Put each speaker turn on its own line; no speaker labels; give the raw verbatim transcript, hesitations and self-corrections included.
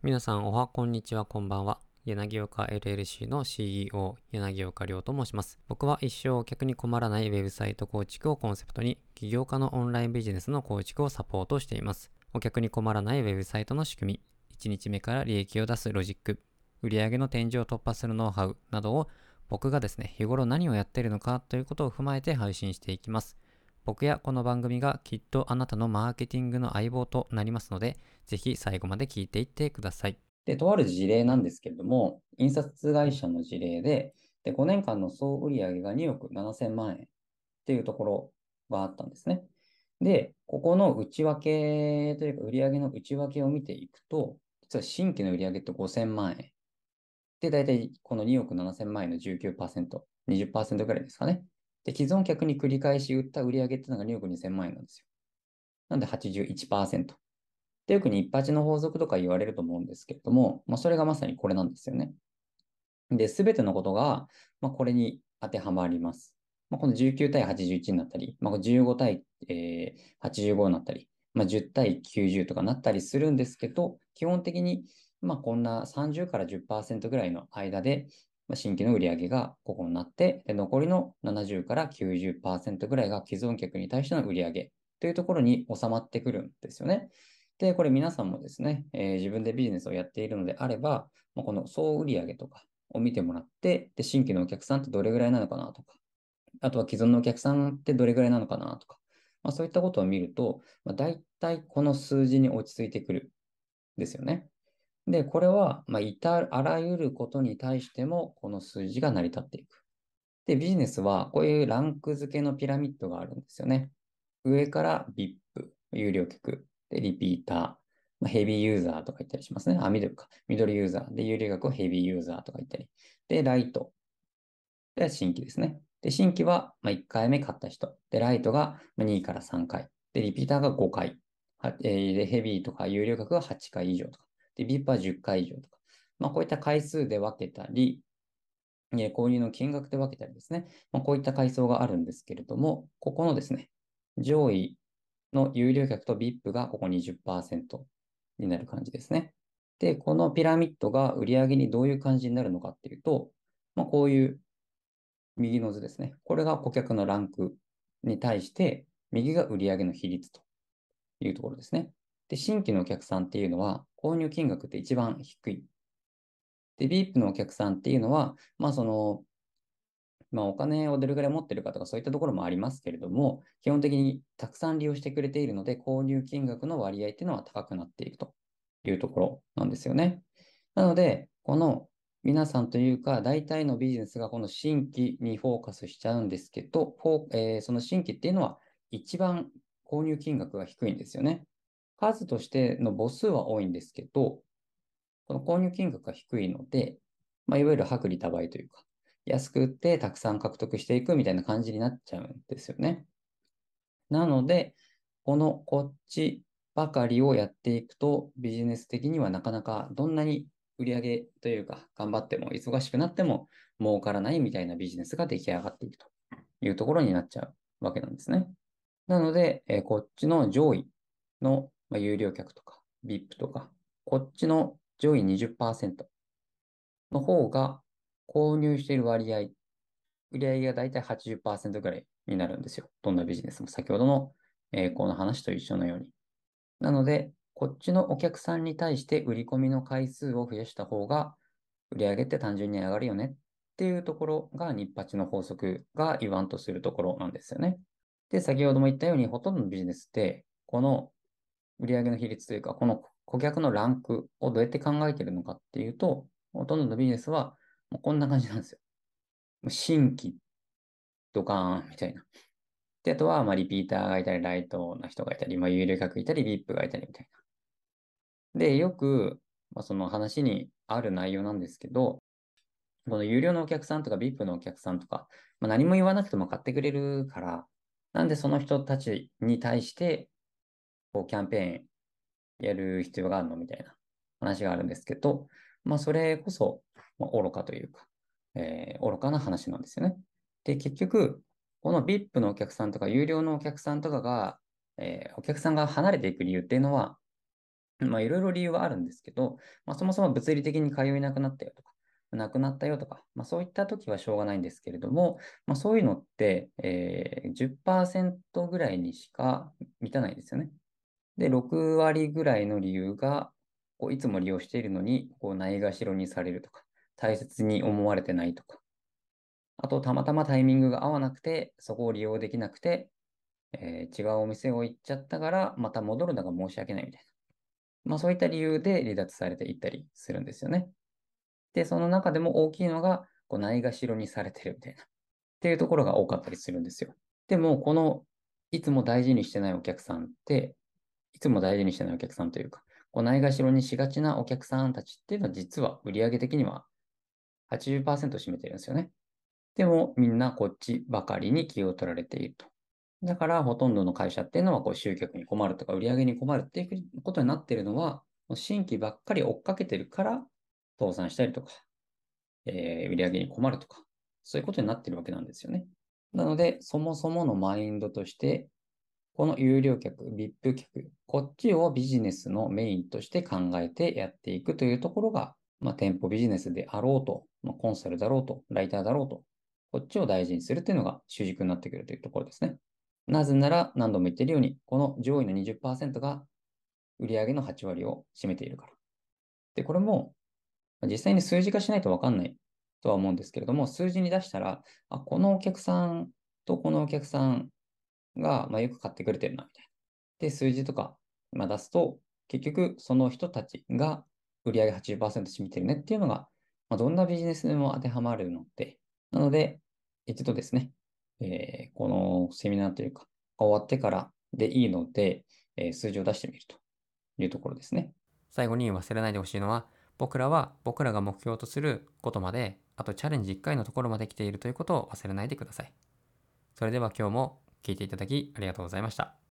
皆さん、おはこんにちは、こんばんは。柳岡 エルエルシー の シーイーオー、柳岡亮と申します。僕は一生お客に困らないウェブサイト構築をコンセプトに、起業家のオンラインビジネスの構築をサポートしています。お客に困らないウェブサイトの仕組み、いちにちめから利益を出すロジック、売上の天井を突破するノウハウなどを僕がですね、日頃何をやっているのかということを踏まえて配信していきます。僕やこの番組がきっとあなたのマーケティングの相棒となりますので、ぜひ最後まで聞いていってください。
で、とある事例なんですけれども、印刷会社の事例で、で、ごねんかんの総売上がにおくななせんまん円っていうところがあったんですね。で、ここの内訳というか、売上の内訳を見ていくと、実は新規の売上ってごせんまん円。で、大体このにおくななせんまん円のじゅうきゅうパーセント、にじゅっパーセントぐらいですかね。で、既存客に繰り返し売った売上っていうのがにおくにせんまん円なんですよ。なんではちじゅういちパーセント。で、よく日八の法則とか言われると思うんですけれども、まあ、それがまさにこれなんですよね。で、すべてのことが、まあ、これに当てはまります。まあ、このじゅうきゅう対はちじゅういちになったり、まあ、じゅうご対、えー、はちじゅうごになったり、まあ、じゅう対きゅうじゅうとかなったりするんですけど、基本的に、まあ、こんなさんじゅうからじゅっパーセントぐらいの間で、まあ、新規の売り上げがここになって、で残りのななじゅうからきゅうじゅっパーセントぐらいが既存客に対しての売り上げというところに収まってくるんですよね。で、これ皆さんもですね、えー自分でビジネスをやっているのであれば、まあ、この総売上とかを見てもらって、で、新規のお客さんってどれぐらいなのかなとか、あとは既存のお客さんってどれぐらいなのかなとか、まあ、そういったことを見ると、まあ、大体この数字に落ち着いてくるんですよね。で、これは、まあ、いた、あらゆることに対しても、この数字が成り立っていく。で、ビジネスは、こういうランク付けのピラミッドがあるんですよね。上から ブイアイピー、有料客、で、リピーター、まあ、ヘビーユーザーとか言ったりしますね。あ、緑か。緑ユーザー。で、有料客をヘビーユーザーとか言ったり。で、ライト。で、新規ですね。で、新規は、まあ、いっかいめ買った人。で、ライトがにからさんかい。で、リピーターがごかい。は、えーで、ヘビーとか有料客がはちかい以上とか。で、ブイアイピー はじゅっかい以上とか。まあ、こういった回数で分けたり、えー購入の金額で分けたりですね。まあ、こういった階層があるんですけれども、ここのですね、上位の有料客と ブイアイピー がここにじゅっパーセントになる感じですね。で、このピラミッドが売上にどういう感じになるのかっていうと、まあ、こういう右の図ですね。これが顧客のランクに対して、右が売上の比率というところですね。で、新規のお客さんっていうのは、購入金額って一番低い。で、ブイアイピー のお客さんっていうのは、まあその、まあお金をどれぐらい持ってるかとかそういったところもありますけれども、基本的にたくさん利用してくれているので、購入金額の割合っていうのは高くなっているというところなんですよね。なので、この皆さんというか、大体のビジネスがこの新規にフォーカスしちゃうんですけど、フォーえーその新規っていうのは一番購入金額が低いんですよね。数としての母数は多いんですけど、この購入金額が低いので、まあ、いわゆる薄利多売というか、安く売ってたくさん獲得していくみたいな感じになっちゃうんですよね。なので、このこっちばかりをやっていくと、ビジネス的にはなかなかどんなに売り上げというか、頑張っても忙しくなっても儲からないみたいなビジネスが出来上がっていくというところになっちゃうわけなんですね。なので、えーこっちの上位の、まあ、有料客とか、ブイアイピー とか、こっちの上位にじゅっパーセントの方が購入している割合、売上がだいたいはちじゅっパーセントぐらいになるんですよ。どんなビジネスも先ほどの、えーこの話と一緒のように。なので、こっちのお客さんに対して売り込みの回数を増やした方が、売上って単純に上がるよねっていうところが日八の法則が言わんとするところなんですよね。で、先ほども言ったように、ほとんどのビジネスって、この売上の比率というか、この顧客のランクをどうやって考えているのかっていうと、ほとんどのビジネスはもうこんな感じなんですよ。新規ドカーンみたいな。で、あとは、まあ、リピーターがいたり、ライトな人がいたり、まあ、有料客いたり、ブイアイピー がいたりみたいな。で、よく、まあ、その話にある内容なんですけど、この有料のお客さんとか ブイアイピー のお客さんとか、まあ、何も言わなくても買ってくれるから、なんでその人たちに対して、こう、キャンペーンやる必要があるのみたいな話があるんですけど、まあ、それこそ、まあ、愚かというか、えー愚かな話なんですよね。で、結局、この ブイアイピー のお客さんとか、有料のお客さんとかが、えーお客さんが離れていく理由っていうのは、 まあ、いろいろ理由はあるんですけど、まあ、そもそも物理的に通えなくなったよとか、なくなったよとか、まあ、そういった時はしょうがないんですけれども、まあ、そういうのって、えー、じゅっパーセントぐらいにしか満たないんですよね。で、ろく割ぐらいの理由が、こういつも利用しているのに、こうないがしろにされるとか、大切に思われてないとか、あと、たまたまタイミングが合わなくて、そこを利用できなくて、えー違うお店を行っちゃったから、また戻るのが申し訳ないみたいな。まあそういった理由で離脱されていったりするんですよね。で、その中でも大きいのが、こうないがしろにされてるみたいな。っていうところが多かったりするんですよ。でも、この、いつも大事にしてないお客さんって、いつも大事にしてないお客さんというか、こうないがしろにしがちなお客さんたちっていうのは、実は売上的にははちじゅっパーセント占めてるんですよね。でも、みんなこっちばかりに気を取られていると。だから、ほとんどの会社っていうのは、こう、集客に困るとか、売り上げに困るっていうことになっているのは、新規ばっかり追っかけてるから、倒産したりとか、えー、売り上げに困るとか、そういうことになってるわけなんですよね。なので、そもそものマインドとして、この有料客、ブイアイピー 客、こっちをビジネスのメインとして考えてやっていくというところが、まあ、店舗ビジネスであろうと、まあ、コンサルだろうと、ライターだろうと、こっちを大事にするというのが主軸になってくるというところですね。なぜなら、何度も言っているように、この上位のにじゅっパーセントが売上のはち割を占めているから。で、これも実際に数字化しないとわかんないとは思うんですけれども、数字に出したら、あ、このお客さんとこのお客さんが、まあ、よく買ってくれてるな、みたいな。で、数字とか、まあ、出すと、結局その人たちが売上はちじゅっパーセント占めてるねっていうのが、まあ、どんなビジネスでも当てはまるので、なので、一度ですね、えーこのセミナーというか、終わってからでいいので、えー数字を出してみるというところですね。
最後に忘れないでほしいのは、僕らは僕らが目標とすることまで、あとチャレンジいっかいのところまで来ているということを忘れないでください。それでは今日も聞いていただきありがとうございました。